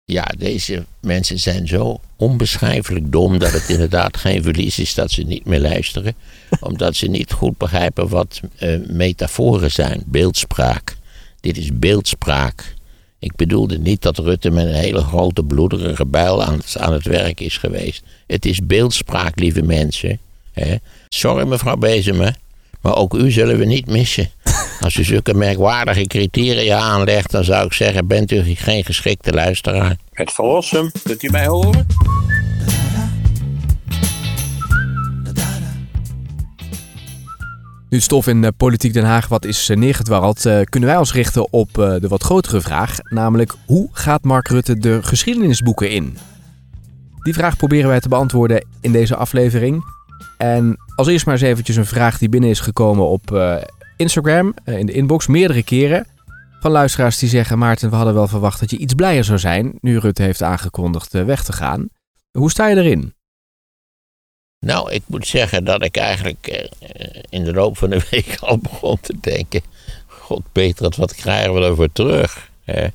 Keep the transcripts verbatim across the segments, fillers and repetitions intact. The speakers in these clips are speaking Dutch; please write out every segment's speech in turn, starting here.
Ja, deze mensen zijn zo onbeschrijfelijk dom dat het inderdaad geen verlies is dat ze niet meer luisteren. Omdat ze niet goed begrijpen wat uh, metaforen zijn, beeldspraak. Dit is beeldspraak. Ik bedoelde niet dat Rutte met een hele grote bloederige bijl aan het, aan het werk is geweest. Het is beeldspraak, lieve mensen. He? Sorry mevrouw Bezema, maar ook u zullen we niet missen. Als u zulke merkwaardige criteria aanlegt, dan zou ik zeggen, bent u geen geschikte luisteraar. Het verlossen, kunt u mij horen? Nu het stof in Politiek Den Haag wat is neergedwarreld, uh, kunnen wij ons richten op uh, de wat grotere vraag. Namelijk, hoe gaat Mark Rutte de geschiedenisboeken in? Die vraag proberen wij te beantwoorden in deze aflevering. En als eerst maar eens eventjes een vraag die binnen is gekomen op uh, Instagram, uh, in de inbox, meerdere keren. Van luisteraars die zeggen, Maarten, we hadden wel verwacht dat je iets blijer zou zijn nu Rutte heeft aangekondigd uh, weg te gaan. Hoe sta je erin? Nou, ik moet zeggen dat ik eigenlijk uh, in de loop van de week al begon te denken, god Petrus, wat krijgen we ervoor terug? Hè?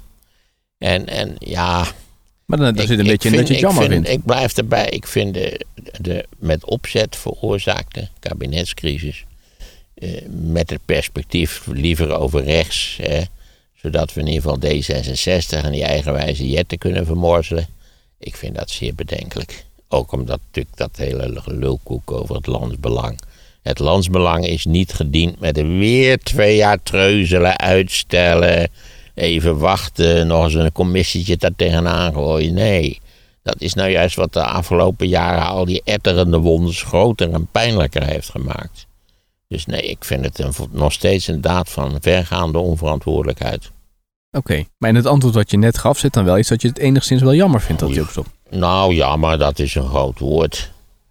En, en ja... Maar dan, dan ik, zit een beetje in dat je het jammer vind, vindt. Ik blijf erbij. Ik vind de, de met opzet veroorzaakte kabinetscrisis, uh, met het perspectief liever over rechts, hè, zodat we in ieder geval D zesenzestig en die eigenwijze jetten kunnen vermorzelen. Ik vind dat zeer bedenkelijk. Ook omdat natuurlijk dat hele lulkoek over het landsbelang. Het landsbelang is niet gediend met een weer twee jaar treuzelen, uitstellen, even wachten, nog eens een commissietje daar tegenaan gooien. Nee, dat is nou juist wat de afgelopen jaren al die etterende wonders groter en pijnlijker heeft gemaakt. Dus nee, ik vind het een, nog steeds een daad van vergaande onverantwoordelijkheid. Oké, okay, maar in het antwoord wat je net gaf zit dan wel iets dat je het enigszins wel jammer vindt dat je opstopt. Nou ja, maar dat is een groot woord.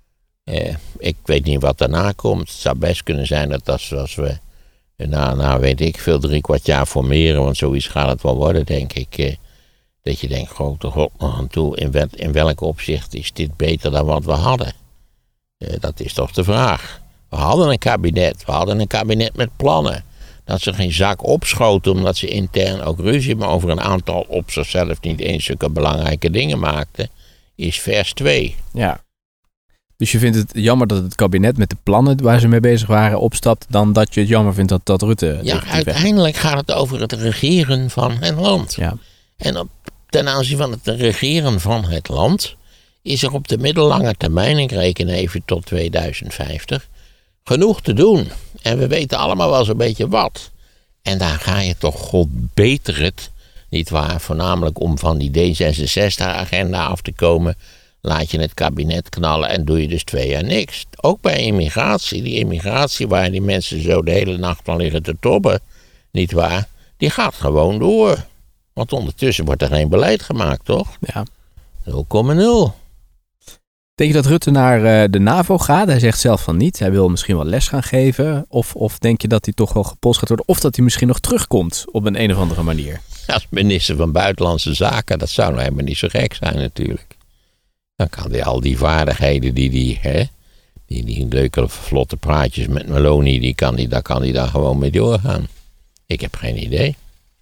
Eh, ik weet niet wat daarna komt. Het zou best kunnen zijn dat als, als we, na, na weet ik veel, drie kwart jaar formeren, want zoiets gaat het wel worden, denk ik. Eh, dat je denkt, grote god nog aan toe, in, wel, in welk opzicht is dit beter dan wat we hadden? Eh, dat is toch de vraag. We hadden een kabinet, we hadden een kabinet met plannen. Dat ze geen zak opschoten omdat ze intern ook ruzie, maar over een aantal op zichzelf niet eens zulke belangrijke dingen maakten, is vers twee. Ja. Dus je vindt het jammer dat het kabinet met de plannen waar ze mee bezig waren opstapt, dan dat je het jammer vindt dat, dat Rutte... Ja, uiteindelijk gaat het over het regeren van het land. Ja. En op, ten aanzien van het regeren van het land is er op de middellange termijn, ik reken even tot tweeduizend vijftig, genoeg te doen. En we weten allemaal wel zo'n beetje wat. En daar ga je toch god beter het, nietwaar, voornamelijk om van die D zesenzestig-agenda af te komen, laat je het kabinet knallen en doe je dus twee jaar niks. Ook bij immigratie, die immigratie waar die mensen zo de hele nacht van liggen te tobben, nietwaar, die gaat gewoon door. Want ondertussen wordt er geen beleid gemaakt, toch? Ja. nul komma nul. Denk je dat Rutte naar uh, de NAVO gaat? Hij zegt zelf van niet. Hij wil misschien wel les gaan geven. Of, of denk je dat hij toch wel gepolst gaat worden? Of dat hij misschien nog terugkomt op een een of andere manier? Als minister van Buitenlandse Zaken, dat zou nou helemaal niet zo gek zijn natuurlijk. Dan kan hij al die vaardigheden die die, hè, die, die leuke vlotte praatjes met Meloni, die kan die, daar kan hij daar gewoon mee doorgaan. Ik heb geen idee.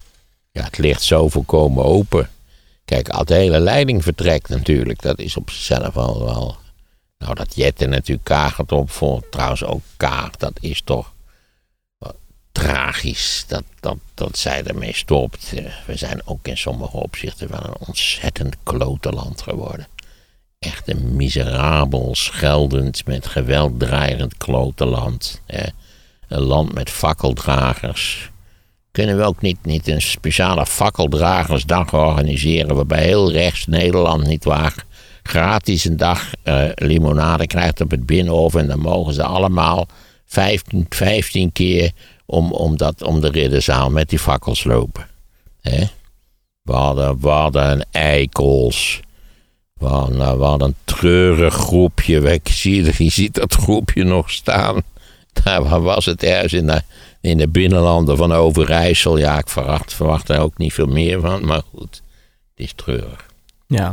Ja, het ligt zo volkomen open. Kijk, als de hele leiding vertrekt natuurlijk, dat is op zichzelf al wel... Nou, dat jetten natuurlijk Kaag het op voor. Trouwens ook Kaag, dat is toch wat tragisch dat, dat, dat zij ermee stopt. We zijn ook in sommige opzichten wel een ontzettend klote land geworden. Echt een miserabel, scheldend, met geweld draaierend klote land. Een land met fakkeldragers. Kunnen we ook niet, niet een speciale fakkeldragersdag organiseren waarbij heel rechts Nederland, nietwaar, gratis een dag uh, limonade krijgt op het Binnenhof en dan mogen ze allemaal vijftien, vijftien keer om, om, dat, om de ridderzaal met die fakkels lopen. He? We, hadden, we hadden een eikels. We hadden, we hadden een treurig groepje. Je ziet, je ziet dat groepje nog staan. Daar was het ergens in de, in de binnenlanden van Overijssel. Ja, ik verwacht, verwacht er ook niet veel meer van. Maar goed, het is treurig. Ja,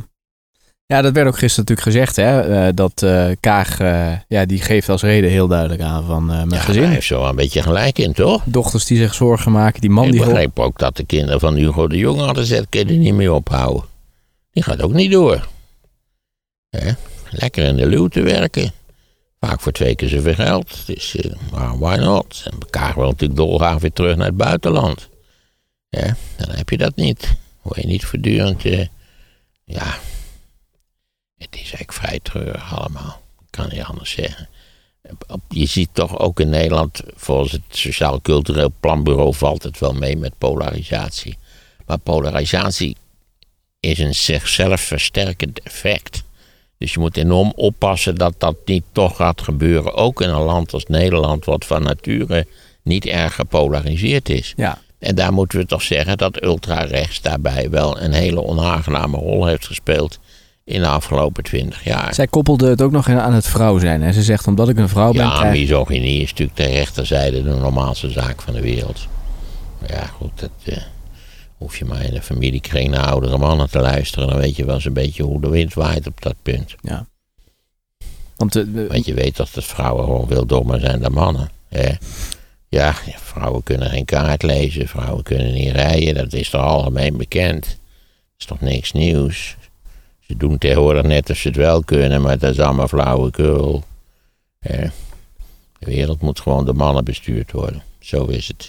ja dat werd ook gisteren natuurlijk gezegd. Hè, uh, dat uh, Kaag, uh, ja, die geeft als reden heel duidelijk aan van uh, mijn ja, gezin. Hij heeft zo een beetje gelijk in, toch? Dochters die zich zorgen maken. Die man ik die begreep ook dat de kinderen van Hugo de Jonge hadden gezegd, kun je er niet mee ophouden. Die gaat ook niet door. Hè? Lekker in de luwte werken. Vaak voor twee keer zoveel geld. Dus uh, why not? En elkaar wil natuurlijk dolgraag weer terug naar het buitenland. Ja, dan heb je dat niet. Word je niet voortdurend... Uh, ja, het is eigenlijk vrij treurig allemaal. Ik kan niet anders zeggen. Je ziet toch ook in Nederland, volgens het Sociaal Cultureel Planbureau valt het wel mee met polarisatie. Maar polarisatie is een zichzelf versterkend effect. Dus je moet enorm oppassen dat dat niet toch gaat gebeuren. Ook in een land als Nederland, wat van nature niet erg gepolariseerd is. Ja. En daar moeten we toch zeggen dat ultrarechts daarbij wel een hele onaangename rol heeft gespeeld in de afgelopen twintig jaar. Zij koppelde het ook nog aan het vrouw zijn. Hè? Ze zegt, omdat ik een vrouw ben... Ja, krijg... misogynie is natuurlijk de rechterzijde de normaalste zaak van de wereld. Maar ja, goed, dat uh, hoef je maar in de familiekring naar oudere mannen te luisteren. Dan weet je wel eens een beetje hoe de wind waait op dat punt. Ja. Want, uh, uh, Want je weet dat het vrouwen gewoon veel dommer zijn dan mannen. Hè? Ja, vrouwen kunnen geen kaart lezen, vrouwen kunnen niet rijden. Dat is toch algemeen bekend. Dat is toch niks nieuws. Ze doen tegenwoordig net of ze het wel kunnen, maar dat is allemaal flauwekul. Ja. De wereld moet gewoon door mannen bestuurd worden. Zo is het.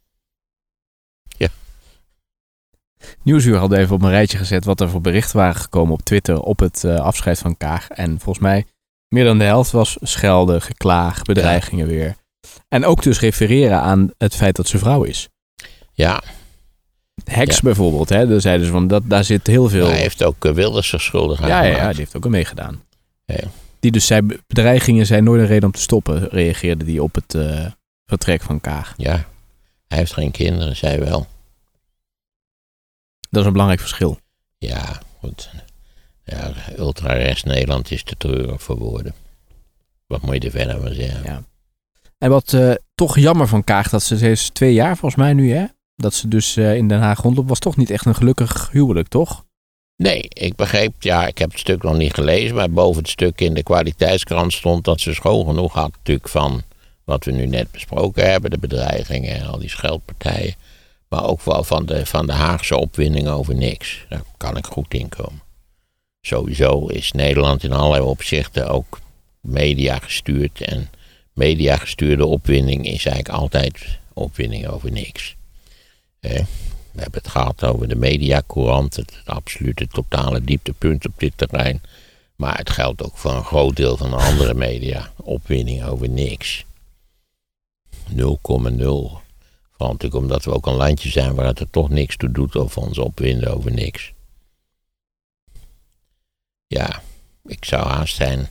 Ja. Nieuwsuur had even op een rijtje gezet wat er voor berichten waren gekomen op Twitter op het uh, afscheid van Kaag. En volgens mij meer dan de helft was schelden, geklaag, bedreigingen ja. weer. En ook dus refereren aan het feit dat ze vrouw is. Ja. Heks ja. bijvoorbeeld, hè? Daar zeiden ze van, dat, daar zit heel veel... Hij heeft ook uh, Wilders zich schuldig aan ja, gemaakt. ja, die heeft ook al meegedaan. Ja. Die dus zei, bedreigingen zijn nooit een reden om te stoppen, reageerde die op het uh, vertrek van Kaag. Ja, hij heeft geen kinderen, zij wel. Dat is een belangrijk verschil. Ja, goed. Ja, ultra-rechts Nederland is te treurig voor woorden. Wat moet je er verder van zeggen? Ja. En wat uh, toch jammer van Kaag, dat ze, ze is twee jaar volgens mij nu, hè? Dat ze dus uh, in Den Haag rondloopt, was toch niet echt een gelukkig huwelijk, toch? Nee, ik begreep, ja, ik heb het stuk nog niet gelezen, maar boven het stuk in de kwaliteitskrant stond dat ze schoon genoeg had natuurlijk van wat we nu net besproken hebben, de bedreigingen en al die scheldpartijen. Maar ook wel van de, van de Haagse opwinding over niks. Daar kan ik goed in komen. Sowieso is Nederland in allerlei opzichten ook media gestuurd. En media gestuurde opwinding is eigenlijk altijd opwinding over niks. Eh, we hebben het gehad over de mediacourant, het absolute totale dieptepunt op dit terrein. Maar het geldt ook voor een groot deel van de andere media. Opwinding over niks. nul komma nul. Vooral natuurlijk omdat we ook een landje zijn waar het er toch niks toe doet of ons opwinden over niks. Ja, ik zou haast zijn.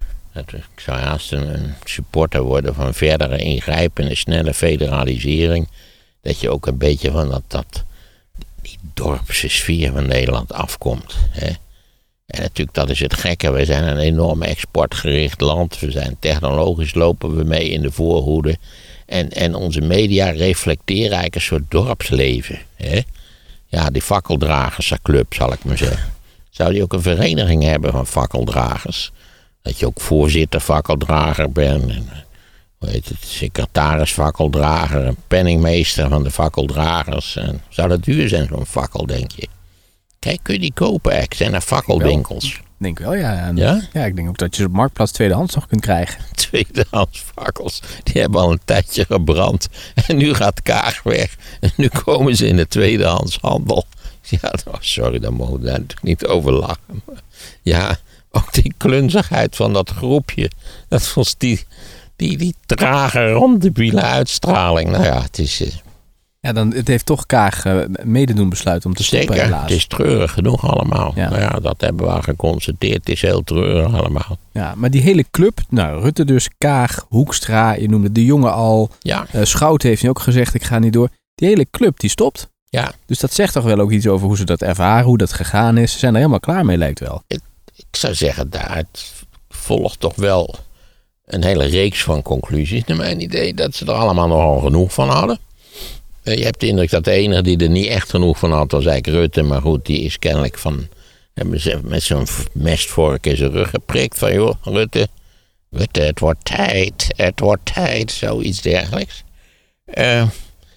Ik zou haast een supporter worden van verdere ingrijpende, snelle federalisering. Dat je ook een beetje van dat, dat die dorpse sfeer van Nederland afkomt. Hè? En natuurlijk, dat is het gekke. We zijn een enorm exportgericht land. We zijn technologisch, lopen we mee in de voorhoede. En, en onze media reflecteren eigenlijk een soort dorpsleven. Hè? Ja, die fakkeldragersclub, zal ik maar zeggen. Zou die ook een vereniging hebben van fakkeldragers? Dat je ook voorzitter fakkeldrager bent. En, hoe heet het, secretaris fakkeldrager. Een penningmeester van de fakkeldragers. En zou dat duur zijn, zo'n fakkel, denk je? Kijk, kun je die kopen eigenlijk? Zijn er fakkelwinkels? Ik denk wel, ja. En, ja. Ja, ik denk ook dat je op Marktplaats tweedehands nog kunt krijgen. Tweedehands fakkels, die hebben al een tijdje gebrand. En nu gaat Kaag weg. En nu komen ze in de tweedehandshandel. Ja, oh, sorry, daar mogen we daar natuurlijk niet over lachen. Ja, ook die klunzigheid van dat groepje. Dat was die, die, die trage, ronddebiele uitstraling. Nou ja, het is... Uh, Ja, dan, het heeft toch Kaag uh, mede doen besluiten om te stoppen, zeker, helaas. Het is treurig genoeg allemaal. Ja. Nou ja, dat hebben we al geconstateerd. Het is heel treurig allemaal. Ja, maar die hele club, nou, Rutte dus, Kaag, Hoekstra, je noemde de jongen al. Ja. Uh, Schout heeft nu ook gezegd, ik ga niet door. Die hele club, die stopt. Ja. Dus dat zegt toch wel ook iets over hoe ze dat ervaren, hoe dat gegaan is. Ze zijn er helemaal klaar mee, lijkt wel. Ik, ik zou zeggen, daaruit volgt toch wel een hele reeks van conclusies. Naar mijn idee dat ze er allemaal nogal genoeg van hadden. Je hebt de indruk dat de enige die er niet echt genoeg van had, was eigenlijk Rutte. Maar goed, die is kennelijk van, met zo'n mestvork in zijn rug geprikt. Van joh, Rutte, Rutte, het wordt tijd, het wordt tijd, zoiets dergelijks. Uh,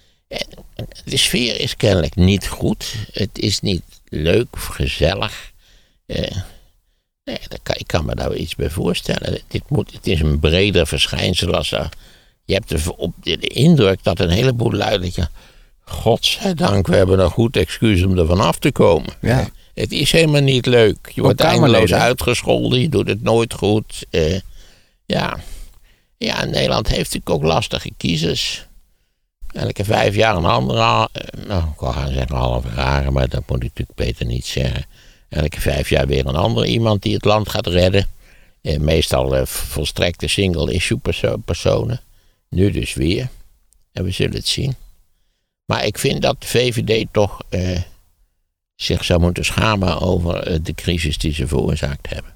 de sfeer is kennelijk niet goed. Het is niet leuk of gezellig. Uh, nee, daar kan, ik kan me daar wel iets bij voorstellen. Dit moet, het is een breder verschijnsel als er... Je hebt de, op, de, de indruk dat een heleboel lui... Godzijdank, we hebben een goed excuus om er vanaf te komen. Ja. Het is helemaal niet leuk. Je wordt eindeloos uitgescholden, je doet het nooit goed. Uh, ja. ja, Nederland heeft natuurlijk ook lastige kiezers. Elke vijf jaar een andere, uh, nou, ik wil gaan zeggen halve jaren, maar dat moet ik natuurlijk beter niet zeggen. Elke vijf jaar weer een andere iemand die het land gaat redden. Uh, meestal uh, volstrekte single-issue perso- personen. Nu dus weer. En we zullen het zien. Maar ik vind dat de V V D toch uh, zich zou moeten schamen over uh, de crisis die ze veroorzaakt hebben.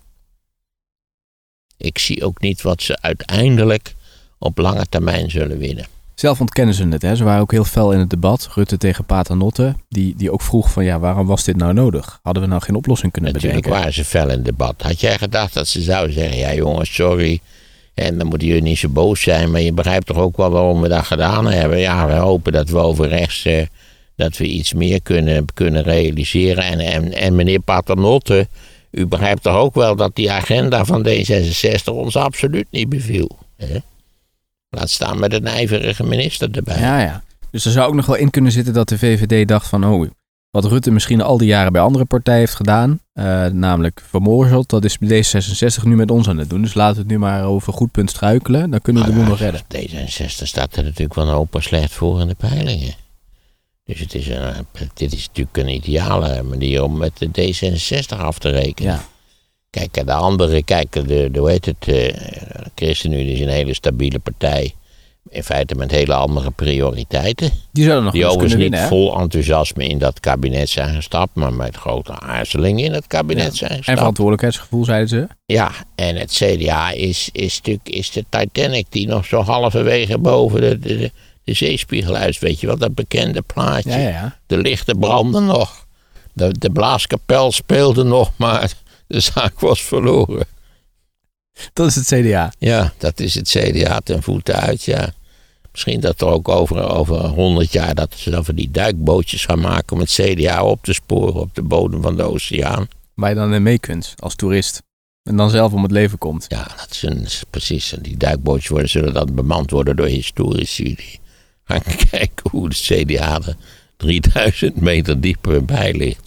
Ik zie ook niet wat ze uiteindelijk op lange termijn zullen winnen. Zelf ontkennen ze het, hè? Ze waren ook heel fel in het debat. Rutte tegen Paternotte, die, die ook vroeg van ja, waarom was dit nou nodig? Hadden we nou geen oplossing kunnen Natuurlijk bedenken? Natuurlijk waren ze fel in het debat. Had jij gedacht dat ze zouden zeggen, ja jongens, sorry... En dan moeten jullie niet zo boos zijn, maar je begrijpt toch ook wel waarom we dat gedaan hebben. Ja, we hopen dat we over rechts eh, dat we iets meer kunnen, kunnen realiseren. En, en, en meneer Paternotte, u begrijpt toch ook wel dat die agenda van D zesenzestig ons absoluut niet beviel. Hè? Laat staan met een ijverige minister erbij. Ja, ja. Dus er zou ook nog wel in kunnen zitten dat de V V D dacht van... oh, wat Rutte misschien al die jaren bij andere partijen heeft gedaan... Uh, namelijk vermorzeld, dat is D zesenzestig nu met ons aan het doen. Dus laten we het nu maar over goed punt struikelen. Dan kunnen we de boel nog redden. D zesenzestig staat er natuurlijk wel een hoop slecht voor in de peilingen. Dus het is een, dit is natuurlijk een ideale manier om met de D zesenzestig af te rekenen. Ja. Kijk, de andere, kijk, de, de, hoe heet het, de ChristenUnie is een hele stabiele partij. In feite met hele andere prioriteiten. Die zouden nog Die eens overigens kunnen niet winnen, vol enthousiasme in dat kabinet zijn gestapt, maar met grote aarzeling in het kabinet ja. zijn gestapt. En verantwoordelijkheidsgevoel, zeiden ze. Ja, en het C D A is, is natuurlijk is de Titanic die nog zo halverwege boven de, de, de, de zeespiegel uit. Weet je wel, dat bekende plaatje. Ja, ja, ja. De lichten brandden nog. De, de blaaskapel speelde nog, maar de zaak was verloren. Dat is het C D A. Ja, dat is het C D A ten voeten uit, ja. Misschien dat er ook over, over honderd jaar dat ze dan van die duikbootjes gaan maken om het C D A op te sporen op de bodem van de oceaan. Waar je dan in mee kunt als toerist. En dan zelf om het leven komt. Ja, dat is een, precies. Die duikbootjes worden, zullen dan bemand worden door historici. Die gaan kijken hoe de C D A er drieduizend meter dieper bij ligt.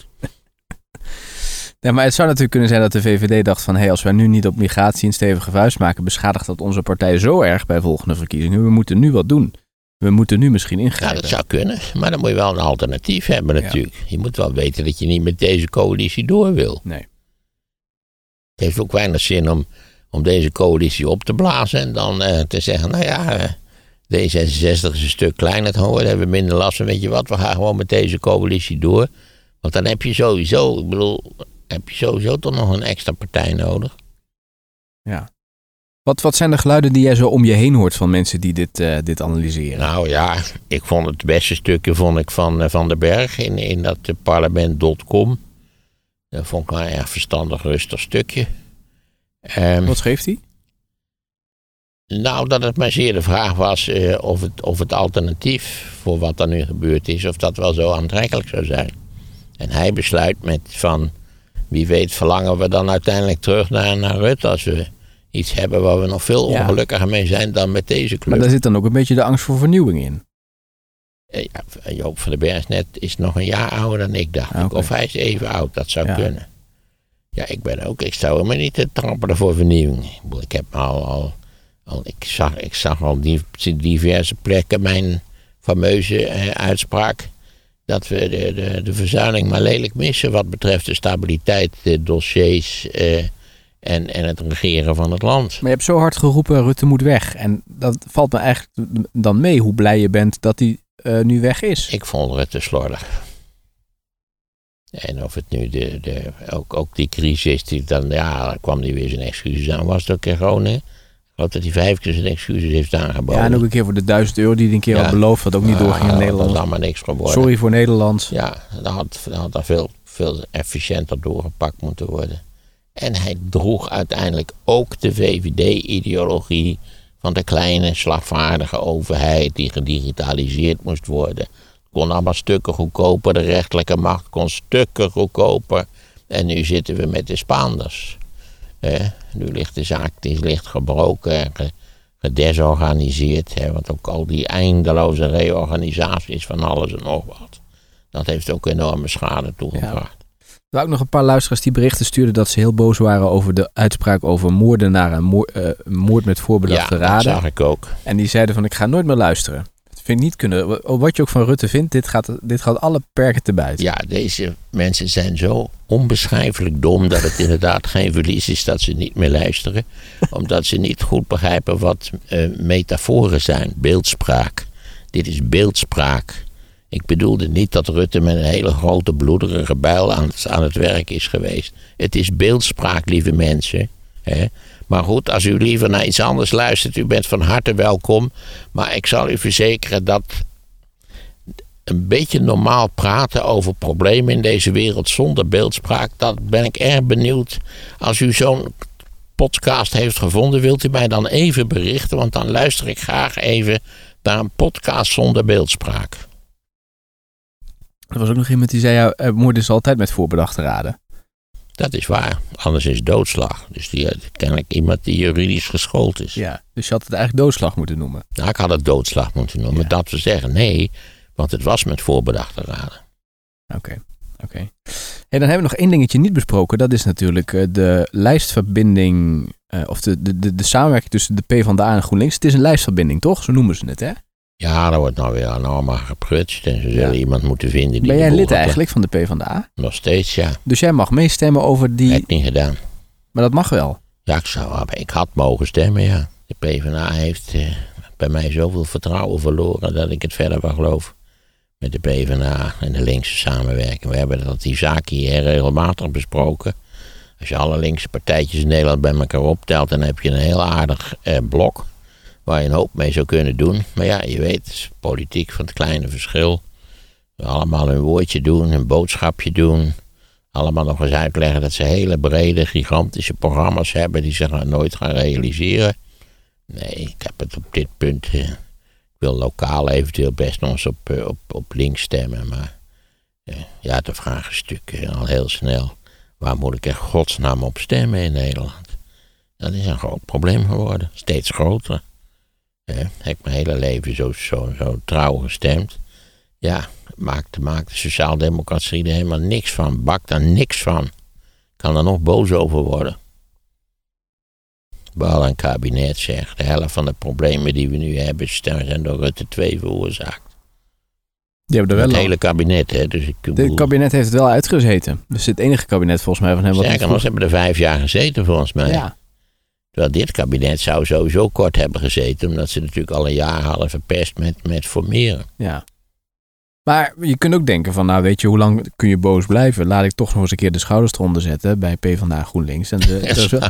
Ja, maar het zou natuurlijk kunnen zijn dat de V V D dacht van... hé, hey, als wij nu niet op migratie een stevige vuist maken... beschadigt dat onze partij zo erg bij volgende verkiezingen. We moeten nu wat doen. We moeten nu misschien ingrijpen. Ja, dat zou kunnen. Maar dan moet je wel een alternatief hebben natuurlijk. Ja. Je moet wel weten dat je niet met deze coalitie door wil. Nee. Het heeft ook weinig zin om, om deze coalitie op te blazen... en dan uh, te zeggen, nou ja... Uh, D zesenzestig is een stuk kleiner, dan hebben we minder last van. Weet je wat, we gaan gewoon met deze coalitie door. Want dan heb je sowieso, ik bedoel... heb je sowieso toch nog een extra partij nodig. Ja. Wat, wat zijn de geluiden die jij zo om je heen hoort van mensen die dit, uh, dit analyseren? Nou ja, ik vond het beste stukje vond ik van uh, Van den Berg in, in dat uh, parlement punt com. Dat vond ik wel een erg verstandig, rustig stukje. Um, wat schreef hij? Nou, dat het mij zeer de vraag was uh, of, het, of het alternatief voor wat er nu gebeurd is, of dat wel zo aantrekkelijk zou zijn. En hij besluit met van... Wie weet verlangen we dan uiteindelijk terug naar, naar Rutte... als we iets hebben waar we nog veel ja. ongelukkiger mee zijn dan met deze club. Maar daar zit dan ook een beetje de angst voor vernieuwing in. Ja, Joop van den Berg net is nog een jaar ouder dan ik, dacht ah, ik. Okay. Of hij is even oud, dat zou ja. kunnen. Ja, ik ben ook... Ik zou helemaal niet te trappelen voor vernieuwing. Ik heb al... al, al ik, zag, ik zag al die, diverse plekken mijn fameuze uh, uitspraak... dat we de, de, de verzuiling maar lelijk missen wat betreft de stabiliteit, de dossiers uh, en, en het regeren van het land. Maar je hebt zo hard geroepen, Rutte moet weg. En dat valt me eigenlijk dan mee hoe blij je bent dat hij uh, nu weg is. Ik vond Rutte slordig. En of het nu de, de, ook, ook die crisis, die dan, ja, dan kwam hij weer zijn excuses aan, was het ook in Groningen. Ik geloof dat hij vijf keer zijn excuses heeft aangeboden. Ja, en ook een keer voor de duizend euro die hij een keer ja. had beloofd, wat ook niet doorging in uh, Nederland. Dat is allemaal niks geworden. Sorry voor Nederland. Ja, dat had, dat had er veel, veel efficiënter doorgepakt moeten worden. En hij droeg uiteindelijk ook de V V D-ideologie van de kleine, slagvaardige overheid die gedigitaliseerd moest worden. Het kon allemaal stukken goedkoper, de rechterlijke macht kon stukken goedkoper En nu zitten we met de Spaanders. Hè? Nu ligt de zaak die ligt gebroken, ge, gedesorganiseerd. Hè? Want ook al die eindeloze reorganisaties van alles en nog wat. Dat heeft ook enorme schade toegebracht. Ja. Er waren ook nog een paar luisteraars die berichten stuurden dat ze heel boos waren over de uitspraak over moordenaren, moord, uh, moord met voorbedachte ja, raden. Ja, dat zag ik ook. En die zeiden van ik ga nooit meer luisteren. Dat vind ik niet kunnen. Wat je ook van Rutte vindt, dit gaat, dit gaat alle perken te buiten. Ja, deze mensen zijn zo onbeschrijfelijk dom dat het inderdaad geen verlies is dat ze niet meer luisteren. Omdat ze niet goed begrijpen wat uh, metaforen zijn, beeldspraak. Dit is beeldspraak. Ik bedoelde niet dat Rutte met een hele grote bloederige bijl aan het, aan het werk is geweest. Het is beeldspraak, lieve mensen. Hè? Maar goed, als u liever naar iets anders luistert, u bent van harte welkom. Maar ik zal u verzekeren dat een beetje normaal praten over problemen in deze wereld zonder beeldspraak, dat ben ik erg benieuwd. Als u zo'n podcast heeft gevonden, wilt u mij dan even berichten, want dan luister ik graag even naar een podcast zonder beeldspraak. Er was ook nog iemand die zei, ja, uh, moord is altijd met voorbedachte raden. Dat is waar, anders is doodslag. Dus die, kennelijk iemand die juridisch geschoold is. Ja, dus je had het eigenlijk doodslag moeten noemen. Nou, ik had het doodslag moeten noemen. Ja. Dat we zeggen, nee, want het was met voorbedachte raden. Oké, okay, oké. Okay. Hey, dan hebben we nog één dingetje niet besproken. Dat is natuurlijk uh, de lijstverbinding, uh, of de, de, de, de samenwerking tussen de PvdA en GroenLinks. Het is een lijstverbinding, toch? Zo noemen ze het, hè? Ja, dat wordt nou weer allemaal geprutst. En ze zullen ja. iemand moeten vinden die... Ben jij lid eigenlijk van de PvdA? Nog steeds, ja. Dus jij mag meestemmen over die... Heb ik niet gedaan. Maar dat mag wel? Ja, ik, zou, ik had mogen stemmen, ja. De PvdA heeft uh, bij mij zoveel vertrouwen verloren dat ik het verder van geloof. Met de PvdA en de linkse samenwerking. We hebben dat die zaak hier regelmatig besproken. Als je alle linkse partijtjes in Nederland bij elkaar optelt, dan heb je een heel aardig uh, blok. Waar je een hoop mee zou kunnen doen. Maar ja, je weet, het is politiek van het kleine verschil. Allemaal een woordje doen, een boodschapje doen. Allemaal nog eens uitleggen dat ze hele brede, gigantische programma's hebben die ze nooit gaan realiseren. Nee, ik heb het op dit punt... Uh, ik wil lokaal eventueel best nog eens op, uh, op, op links stemmen. Maar uh, ja, de vraag is natuurlijk uh, al heel snel. Waar moet ik in godsnaam op stemmen in Nederland? Dat is een groot probleem geworden. Steeds groter. Ja, heb ik mijn hele leven zo, zo, zo trouw gestemd. Ja, maakt, maakt de sociaaldemocratie er helemaal niks van. Bakt daar niks van. Kan er nog boos over worden. Behalve een kabinet zegt. De helft van de problemen die we nu hebben zijn door Rutte twee veroorzaakt. Die hebben er wel het hele kabinet, hè. Dus ik het kabinet heeft het wel uitgezeten. Dus het enige kabinet volgens mij van hem... Sterker nog, ze hebben er vijf jaar gezeten volgens mij. Ja. Terwijl dit kabinet zou sowieso kort hebben gezeten, omdat ze natuurlijk al een jaar hadden verpest met, met formeren. Ja. Maar je kunt ook denken van, nou weet je, hoe lang kun je boos blijven? Laat ik toch nog eens een keer de schouders eronder zetten bij PvdA GroenLinks. En de,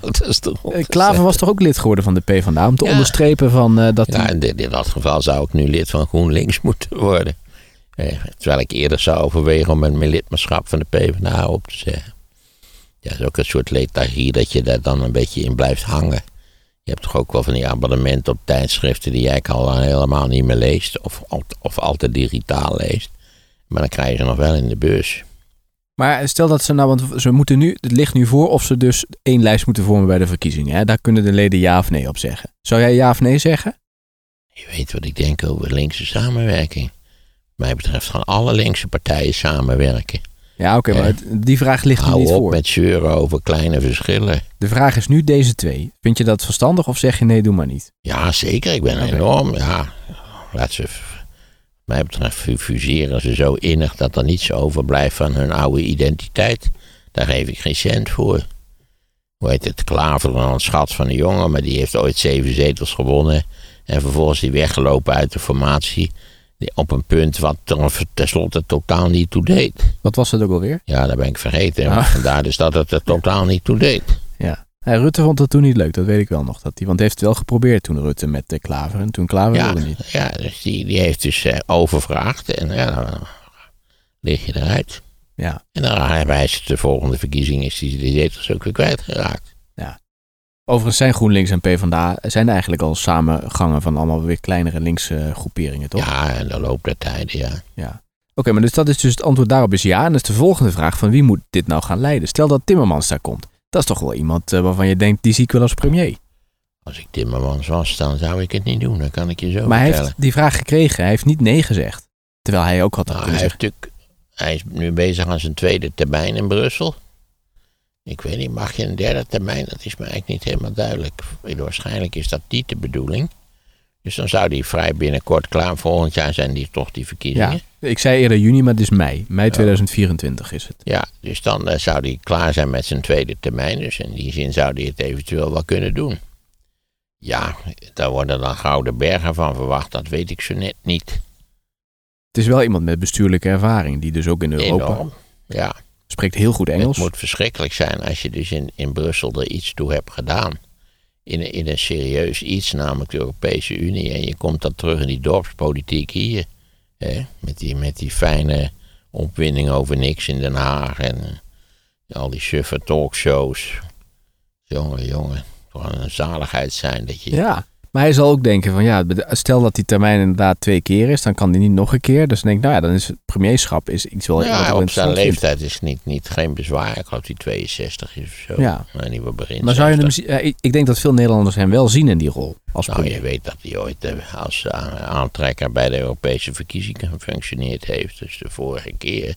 ja, Klaver was toch ook lid geworden van de PvdA, om te ja. onderstrepen van uh, dat... Ja, die... in, dit, in dat geval zou ik nu lid van GroenLinks moeten worden. Eh, terwijl ik eerder zou overwegen om mijn lidmaatschap van de PvdA op te zeggen. Ja, dat is ook een soort lethargie dat je daar dan een beetje in blijft hangen. Je hebt toch ook wel van die abonnementen op tijdschriften die jij al helemaal niet meer leest. Of, of altijd digitaal leest. Maar dan krijg je ze nog wel in de bus. Maar stel dat ze nou, want ze moeten nu, het ligt nu voor of ze dus één lijst moeten vormen bij de verkiezingen. Hè? Daar kunnen de leden ja of nee op zeggen. Zou jij ja of nee zeggen? Je weet wat ik denk over linkse samenwerking. Wat mij betreft gaan alle linkse partijen samenwerken. Ja, oké, okay, maar die vraag ligt er niet voor. Hou op met zeuren over kleine verschillen. De vraag is nu deze twee. Vind je dat verstandig of zeg je nee, doe maar niet? Ja, zeker. Ik ben okay. enorm. Ja, laat ze, wat mij betreft, fuseren ze zo innig dat er niets overblijft van hun oude identiteit. Daar geef ik geen cent voor. Hoe heet het? Klaver, dan een schat van een jongen, maar die heeft ooit zeven zetels gewonnen. En vervolgens die weggelopen uit de formatie. Op een punt wat er tenslotte totaal niet toe deed. Wat was het ook alweer? Ja, dat ben ik vergeten. Ah. Vandaar dus dat het er totaal niet toe deed. Ja. Hey, Rutte vond het toen niet leuk, dat weet ik wel nog. Dat die, want hij heeft het wel geprobeerd toen Rutte met de Klaver. En toen Klaver ja, wilde niet. Ja, dus die, die heeft dus uh, overvraagd. En ja, dan lig je eruit. Ja. En dan bij de volgende verkiezing is die, die zetels ook weer kwijtgeraakt. Ja. Overigens zijn GroenLinks en PvdA zijn eigenlijk al samengangen van allemaal weer kleinere linkse groeperingen, toch? Ja, in de loop der tijden, ja. Ja. okay, maar dus dat is dus het antwoord daarop is ja. En dan is de volgende vraag van wie moet dit nou gaan leiden? Stel dat Timmermans daar komt. Dat is toch wel iemand uh, waarvan je denkt, die zie ik wel als premier. Als ik Timmermans was, dan zou ik het niet doen. Dan kan ik je zo Maar vertellen. hij heeft die vraag gekregen. Hij heeft niet nee gezegd. Terwijl hij ook had Nou, kunnen hij, heeft zeggen. natuurlijk, hij is nu bezig aan zijn tweede termijn in Brussel. Ik weet niet, mag je een derde termijn? Dat is me eigenlijk niet helemaal duidelijk. Waarschijnlijk is dat niet de bedoeling. Dus dan zou die vrij binnenkort klaar. Volgend jaar zijn die toch die verkiezingen. Ja, ik zei eerder juni, maar het is mei. Mei tweeduizend vierentwintig is het. Ja, dus dan uh, zou hij klaar zijn met zijn tweede termijn. Dus in die zin zou hij het eventueel wel kunnen doen. Ja, daar worden dan gouden bergen van verwacht. Dat weet ik zo net niet. Het is wel iemand met bestuurlijke ervaring. Die dus ook in Europa Enorm, ja. spreekt heel goed Engels. Het moet verschrikkelijk zijn als je dus in, in Brussel er iets toe hebt gedaan. In, in een serieus iets, namelijk de Europese Unie. En je komt dan terug in die dorpspolitiek hier. Hè, met, die, met die fijne opwinding over niks in Den Haag. En uh, al die suffe talkshows. Jongen, jongen. Het zal een zaligheid zijn dat je... Ja, maar hij zal ook denken van ja, stel dat die termijn inderdaad twee keer is, dan kan die niet nog een keer. Dus dan denk ik, nou ja, dan is het premierschap is iets wel... Ja, wel op zijn interessant leeftijd is niet, niet geen bezwaar. Ik geloof die tweeënzestig is of zo. Ja. Maar niet wat begin Maar zou je hem, zestig. ja, ik, ik denk dat veel Nederlanders hem wel zien in die rol als Nou, je premier. weet dat hij ooit uh, als uh, aantrekker bij de Europese verkiezingen gefunctioneerd heeft. Dus de vorige keer.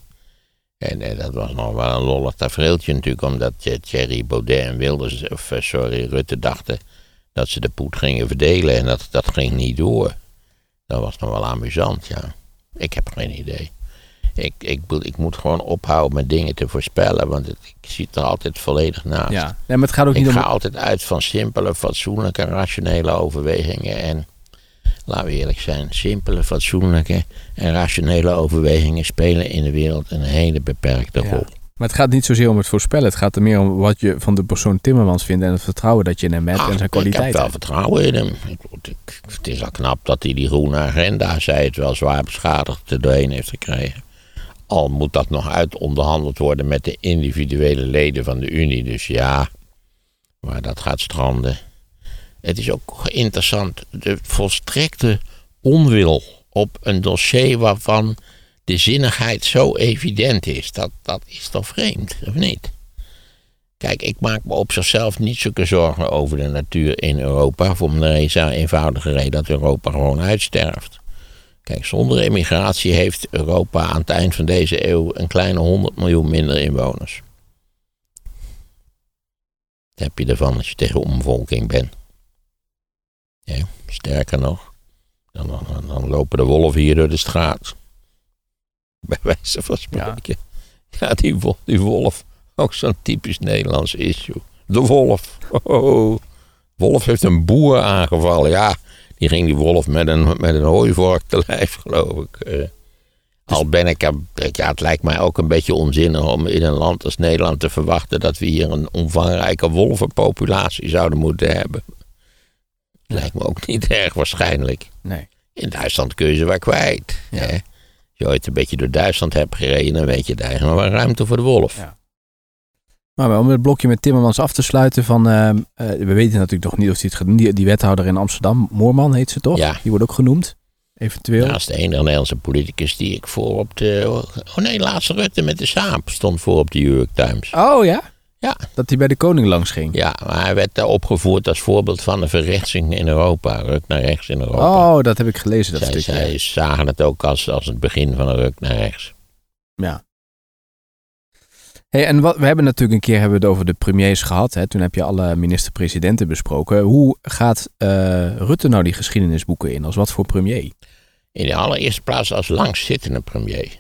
En uh, dat was nog wel een lollig tafereeltje natuurlijk. Omdat uh, Thierry Baudet en Wilders, of uh, sorry, Rutte dachten dat ze de poet gingen verdelen. En dat, dat ging niet door. Dat was nog wel amusant, ja. Ik heb geen idee. Ik, ik, ik moet gewoon ophouden met dingen te voorspellen. Want het, ik zie het er altijd volledig naast. Ja, nee, maar het gaat ook Ik niet ga om... altijd uit van simpele, fatsoenlijke, rationele overwegingen. En laten we eerlijk zijn, simpele, fatsoenlijke en rationele overwegingen spelen in de wereld een hele beperkte Ja. rol. Maar het gaat niet zozeer om het voorspellen. Het gaat er meer om wat je van de persoon Timmermans vindt en het vertrouwen dat je in hem hebt Ach, en zijn ik heb kwaliteiten. wel vertrouwen in hem. Ik, ik, het is al knap dat hij die groene agenda, zij het wel zwaar beschadigd, er doorheen heeft gekregen. Al moet dat nog uitonderhandeld worden met de individuele leden van de Unie. Dus ja, maar dat gaat stranden. Het is ook interessant, de volstrekte onwil op een dossier waarvan de zinnigheid zo evident is. Dat, dat is toch vreemd, of niet? Kijk, ik maak me op zichzelf niet zulke zorgen over de natuur in Europa. Voor een eenvoudige reden dat Europa gewoon uitsterft. Kijk, zonder immigratie heeft Europa aan het eind van deze eeuw een kleine honderd miljoen minder inwoners. Wat heb je ervan als je tegen omvolking bent? Ja, sterker nog, dan, dan, dan lopen de wolven hier door de straat. Bij wijze van spreken. Ja, ja die, wolf, die wolf, ook zo'n typisch Nederlands issue. De wolf. Oh, wolf heeft een boer aangevallen. Ja, die ging die wolf met een, met een hooivork te lijf, geloof ik. Uh, al ben ik er, ja, het lijkt mij ook een beetje onzinnig om in een land als Nederland te verwachten dat we hier een omvangrijke wolvenpopulatie zouden moeten hebben. Lijkt me ook niet erg waarschijnlijk. Nee. In Duitsland kun je ze wel kwijt. Ja. Hè? Als je ooit een beetje door Duitsland hebt gereden, dan weet je, daar is nog wel ruimte voor de wolf. Ja. Maar om het blokje met Timmermans af te sluiten van... Uh, uh, we weten natuurlijk nog niet of hij het gaat doen. Die, die wethouder in Amsterdam, Moorman heet ze toch? Ja. Die wordt ook genoemd, eventueel. Ja, dat is de enige Nederlandse politicus die ik voor op de... Oh nee, laatste Rutte met de Saab stond voor op de New York Times. Oh ja? Ja. Dat hij bij de koning langs ging. Ja, maar hij werd daar opgevoerd als voorbeeld van de verrechtsing in Europa. Ruk naar rechts in Europa. Oh, dat heb ik gelezen, dat zij, stukje. zij zagen het ook als, als het begin van een ruk naar rechts. Ja. Hey, en wat, we hebben natuurlijk een keer hebben we het over de premiers gehad. Hè? Toen heb je alle minister-presidenten besproken. Hoe gaat uh, Rutte nou die geschiedenisboeken in? Als wat voor premier? In de allereerste plaats als langzittende premier.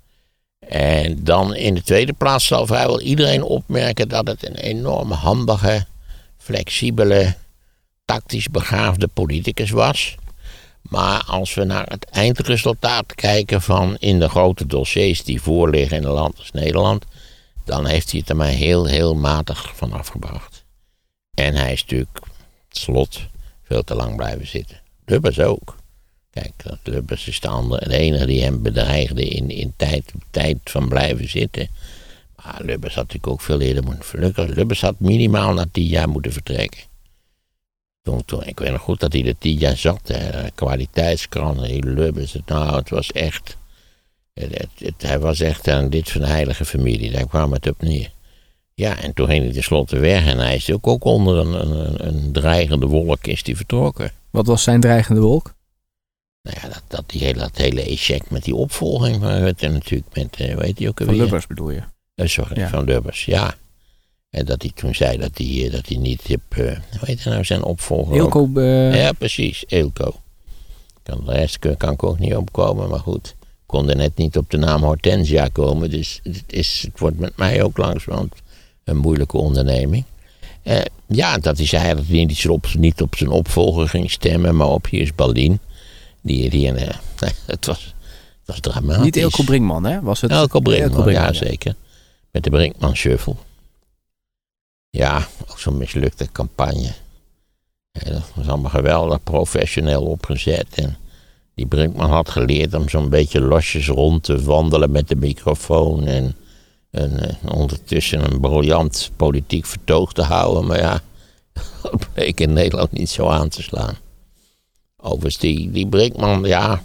En dan in de tweede plaats zal vrijwel iedereen opmerken dat het een enorm handige, flexibele, tactisch begaafde politicus was. Maar als we naar het eindresultaat kijken van in de grote dossiers die voorliggen in een land als Nederland, dan heeft hij het er maar heel, heel matig van afgebracht. En hij is natuurlijk, het slot, veel te lang blijven zitten. Lubbers ook. Kijk, Lubbers is de, andere, de enige die hem bedreigde in, in tijd, tijd van blijven zitten. Maar Lubbers had natuurlijk ook veel eerder moeten verlukken. Lubbers had minimaal na tien jaar moeten vertrekken. Toen, toen, ik weet nog goed dat hij er tien jaar zat. Hè, kwaliteitskrant, Lubbers. Nou, het was echt... Het, het, het, hij was echt aan dit van de heilige familie, daar kwam het op neer. Ja, en toen ging hij tenslotte weg en hij is ook, ook onder een, een, een dreigende wolk is die vertrokken. Wat was zijn dreigende wolk? Nou ja, dat, dat, die hele, dat hele echec met die opvolging van Rutte natuurlijk, met, uh, weet je ook alweer? Van Lubbers bedoel je? Uh, sorry, ja. Van Lubbers, ja. En dat hij toen zei dat hij, dat hij niet op, uh, hoe heet hij nou, zijn opvolger Eelco? Uh... Ja, precies, Eelco. Kan, de rest kan ik ook niet opkomen, maar goed. Ik kon er net niet op de naam Hortensia komen, dus het, is, het wordt met mij ook langzamerhand een moeilijke onderneming. Uh, ja, dat hij zei dat hij niet op, niet op zijn opvolger ging stemmen, maar op Heers Baldin. Die, die, uh, het, was, het was dramatisch. Niet Eelco Brinkman, hè? Was het? Eelco Brinkman, Eelco Brinkman ja, ja zeker. Met de Brinkman Shuffle. Ja, ook zo'n mislukte campagne. Ja, dat was allemaal geweldig professioneel opgezet. En die Brinkman had geleerd om zo'n beetje losjes rond te wandelen met de microfoon. En, en, en ondertussen een briljant politiek vertoog te houden. Maar ja, dat bleek in Nederland niet zo aan te slaan. Overigens, die, die Brinkman, ja...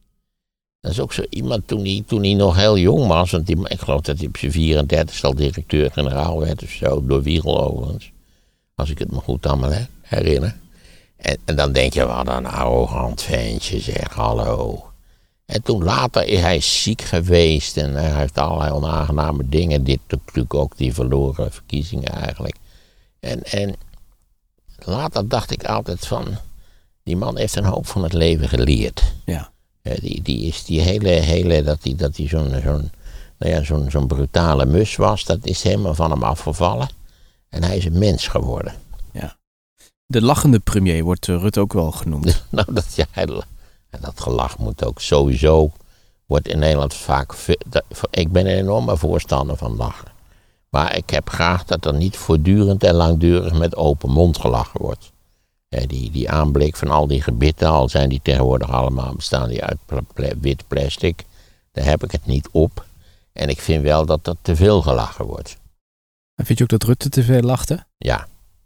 Dat is ook zo iemand toen hij, toen hij nog heel jong was. Want die, ik geloof dat hij op zijn vierendertigste al directeur-generaal werd of zo. Door Wiegel overigens. Als ik het me goed allemaal herinner. En, en dan denk je, wat een arrogant ventje, zeg, hallo. En toen later is hij ziek geweest. En hij heeft allerlei onaangename dingen. Dit natuurlijk ook die verloren verkiezingen eigenlijk. En, en later dacht ik altijd van... Die man heeft een hoop van het leven geleerd. Ja. Die, die is die hele, hele dat hij dat die zo'n, zo'n, nou ja, zo'n, zo'n brutale mus was, dat is helemaal van hem afgevallen. En hij is een mens geworden. Ja. De lachende premier wordt Rutte ook wel genoemd. nou, dat, ja, dat gelach moet ook sowieso, wordt in Nederland vaak, dat, ik ben een enorme voorstander van lachen. Maar ik heb graag dat er niet voortdurend en langdurig met open mond gelachen wordt. Ja, die, die aanblik van al die gebitten, al zijn die tegenwoordig allemaal, bestaan die uit pla- wit plastic. Daar heb ik het niet op. En ik vind wel dat er te veel gelachen wordt. En vind je ook dat Rutte te veel lachte? Ja.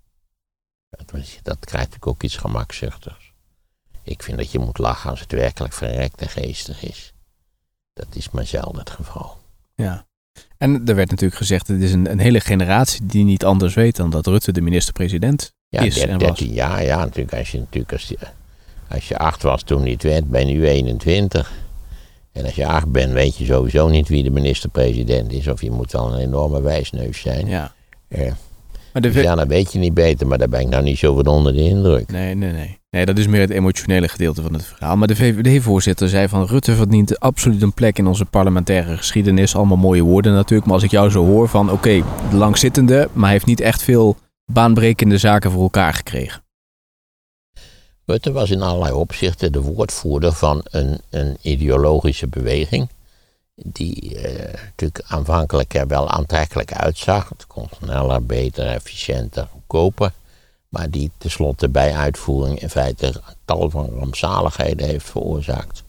Dat, dat krijgt natuurlijk ook iets gemakzuchtigs. Ik vind dat je moet lachen als het werkelijk verrekt en geestig is. Dat is maar zelden het geval. Ja. En er werd natuurlijk gezegd, het is een, een hele generatie die niet anders weet dan dat Rutte de minister-president ja, is en was. dertien jaar, ja, natuurlijk. Als je, natuurlijk als, je, als je acht was toen niet werd, ben je nu eenentwintig. En als je acht bent, weet je sowieso niet wie de minister-president is. Of je moet wel een enorme wijsneus zijn. Ja. Uh, maar de dus ja, dan weet je niet beter, maar daar ben ik nou niet zo van onder de indruk. Nee, nee, nee. Nee, dat is meer het emotionele gedeelte van het verhaal. Maar de V V D-voorzitter zei van Rutte verdient absoluut een plek in onze parlementaire geschiedenis. Allemaal mooie woorden natuurlijk. Maar als ik jou zo hoor van oké, okay, langzittende, maar hij heeft niet echt veel baanbrekende zaken voor elkaar gekregen. Rutte was in allerlei opzichten de woordvoerder van een, een ideologische beweging. Die uh, natuurlijk aanvankelijk er wel aantrekkelijk uitzag. Het kon sneller, beter, efficiënter, goedkoper. Maar die tenslotte bij uitvoering in feite een tal van rampzaligheden heeft veroorzaakt.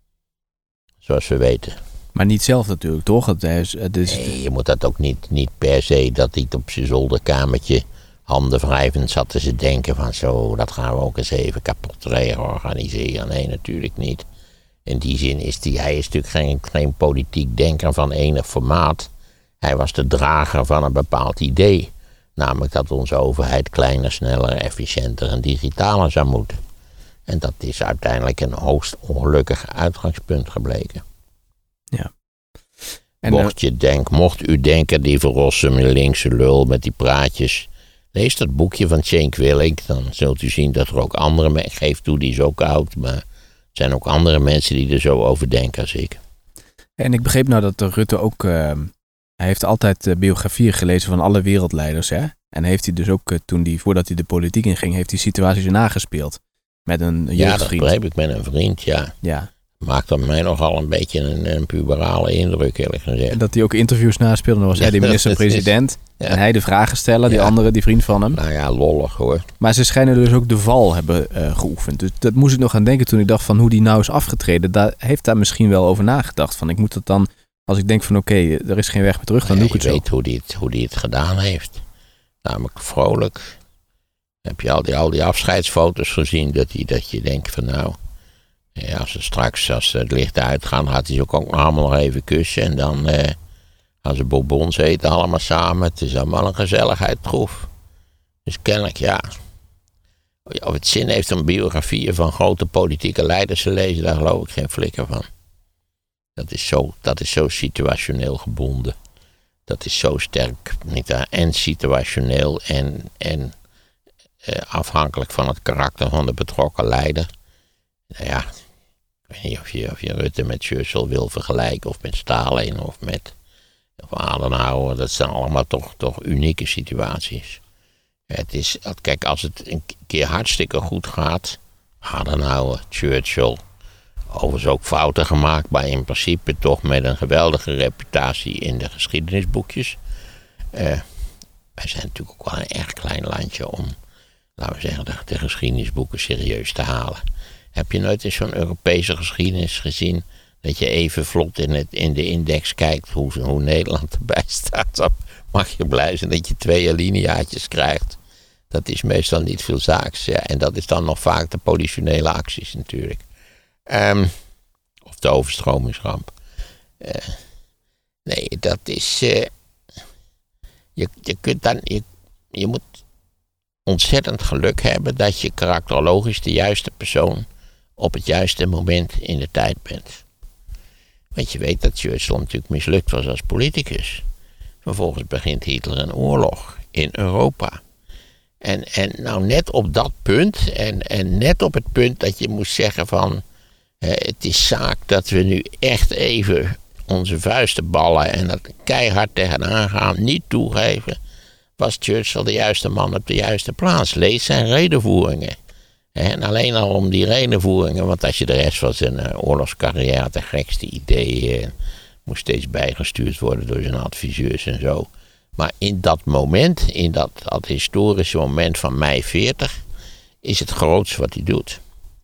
Zoals we weten. Maar niet zelf natuurlijk, toch? Het is, het is... Nee, je moet dat ook niet, niet per se dat hij op zijn zolderkamertje handen wrijvend zat te ze denken van zo, dat gaan we ook eens even kapot reorganiseren. Nee, natuurlijk niet. In die zin is die, hij is natuurlijk geen, geen politiek denker van enig formaat. Hij was de drager van een bepaald idee. Namelijk dat onze overheid kleiner, sneller, efficiënter en digitaler zou moeten. En dat is uiteindelijk een hoogst ongelukkig uitgangspunt gebleken. Ja. En mocht, je denk, mocht u denken, die Verrossum, die linkse lul met die praatjes. Lees dat boekje van Cenk Willink. Dan zult u zien dat er ook andere mensen, ik geef toe die is ook oud. Maar er zijn ook andere mensen die er zo over denken als ik. En ik begreep nou dat Rutte ook... Uh... Hij heeft altijd uh, biografieën gelezen van alle wereldleiders, hè? En heeft hij dus ook, uh, toen hij, voordat hij de politiek inging, heeft hij situaties nagespeeld. Met een jeugdvriend. Ja, dat begreep ik met een vriend, ja. Ja. Maakt op mij nogal een beetje een, een puberale indruk, eerlijk gezegd. En dat hij ook interviews naspeelde, dan was hij de minister-president. Ja. En hij de vragen stellen, die ja. andere, die vriend van hem. Nou ja, lollig hoor. Maar ze schijnen dus ook de val hebben uh, geoefend. Dus dat moest ik nog aan denken toen ik dacht van hoe die nou is afgetreden. Daar heeft daar misschien wel over nagedacht. Van ik moet het dan... Als ik denk van oké, okay, er is geen weg meer terug, dan ja, doe ik het zo. Je weet hoe die het, hoe die het gedaan heeft. Namelijk vrolijk. Heb je al die, al die afscheidsfoto's gezien dat, die, dat je denkt van nou... Ja, als ze straks, als het licht uitgaan, gaat hij ze ook, ook nog allemaal nog even kussen. En dan uh, gaan ze bonbons eten allemaal samen. Het is allemaal een gezelligheid troef. Dus kennelijk, ja. Of het zin heeft om biografieën van grote politieke leiders te lezen, daar geloof ik geen flikker van. Dat is zo, dat is zo situationeel gebonden. Dat is zo sterk, niet waar, en situationeel en, en uh, afhankelijk van het karakter van de betrokken leider. Nou ja, ik weet niet of je, of je Rutte met Churchill wil vergelijken, of met Stalin, of met of Adenauer. Dat zijn allemaal toch, toch unieke situaties. Het is, kijk, als het een keer hartstikke goed gaat, Adenauer, Churchill, overigens ook fouten gemaakt, maar in principe toch met een geweldige reputatie in de geschiedenisboekjes. Uh, wij zijn natuurlijk ook wel een erg klein landje om, laten we zeggen, de, de geschiedenisboeken serieus te halen. Heb je nooit eens zo'n Europese geschiedenis gezien, dat je even vlot in, het, in de index kijkt hoe, hoe Nederland erbij staat? Dan mag je blij zijn dat je twee alineaatjes krijgt. Dat is meestal niet veel zaaks. Ja. En dat is dan nog vaak de politionele acties natuurlijk. Um, of de overstromingsramp. Uh, nee, dat is... Uh, je, je kunt dan... Je, je moet ontzettend geluk hebben dat je karakterologisch de juiste persoon op het juiste moment in de tijd bent. Want je weet dat Churchill natuurlijk mislukt was als politicus. Vervolgens begint Hitler een oorlog in Europa. En, en nou net op dat punt, en, en net op het punt dat je moest zeggen van... Eh, het is zaak dat we nu echt even onze vuisten ballen en dat keihard tegenaan gaan, niet toegeven, was Churchill de juiste man op de juiste plaats. Lees zijn redenvoeringen. En alleen al om die redenvoeringen, want als je de rest van zijn uh, oorlogscarrière had, de gekste ideeën, uh, moest steeds bijgestuurd worden door zijn adviseurs en zo. Maar in dat moment, in dat, dat historische moment van mei veertig, is het grootste wat hij doet.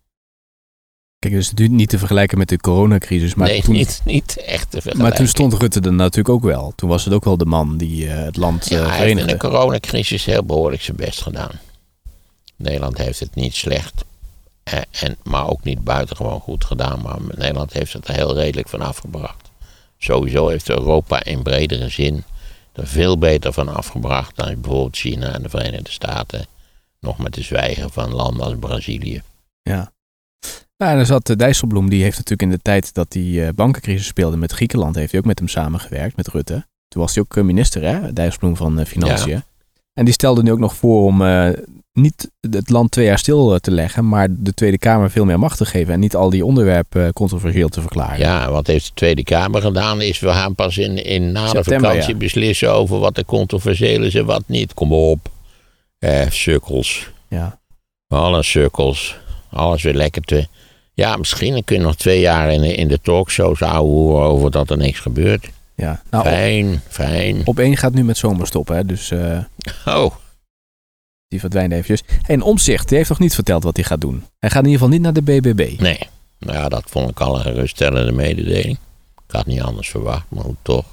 Kijk, dus niet te vergelijken met de coronacrisis. Maar nee, toen, niet, niet echt te vergelijken. Maar toen stond Rutte er natuurlijk ook wel. Toen was het ook wel de man die uh, het land uh, ja, hij verenigde. heeft in de coronacrisis heel behoorlijk zijn best gedaan. Nederland heeft het niet slecht, eh, en, maar ook niet buitengewoon goed gedaan. Maar Nederland heeft het er heel redelijk van afgebracht. Sowieso heeft Europa in bredere zin er veel beter van afgebracht dan bijvoorbeeld China en de Verenigde Staten. Nog met de zwijgen van landen als Brazilië. Ja. Nou, en er zat uh, Dijsselbloem, die heeft natuurlijk in de tijd dat die uh, bankencrisis speelde met Griekenland, heeft hij ook met hem samengewerkt, met Rutte. Toen was hij ook uh, minister, hè, Dijsselbloem van uh, Financiën. Ja. En die stelde nu ook nog voor om uh, niet het land twee jaar stil te leggen, maar de Tweede Kamer veel meer macht te geven en niet al die onderwerpen uh, controversieel te verklaren. Ja, wat heeft de Tweede Kamer gedaan is, we gaan pas in, in na September, de vakantie ja. beslissen over wat er controversieel is en wat niet. Kom op. Eh, sukkels. Ja. Alle sukkels. Alles weer lekker te... Ja, misschien kun je nog twee jaar in de, in de talkshows ouwehoeren over dat er niks gebeurt. Ja. Nou, fijn, op, fijn. Op één gaat nu met zomerstop, hè. Dus uh, oh. die verdwijnt eventjes. En Omtzigt, die heeft nog niet verteld wat hij gaat doen. Hij gaat in ieder geval niet naar de B B B. Nee. Nou ja, dat vond ik al een geruststellende mededeling. Ik had niet anders verwacht, maar hoe toch.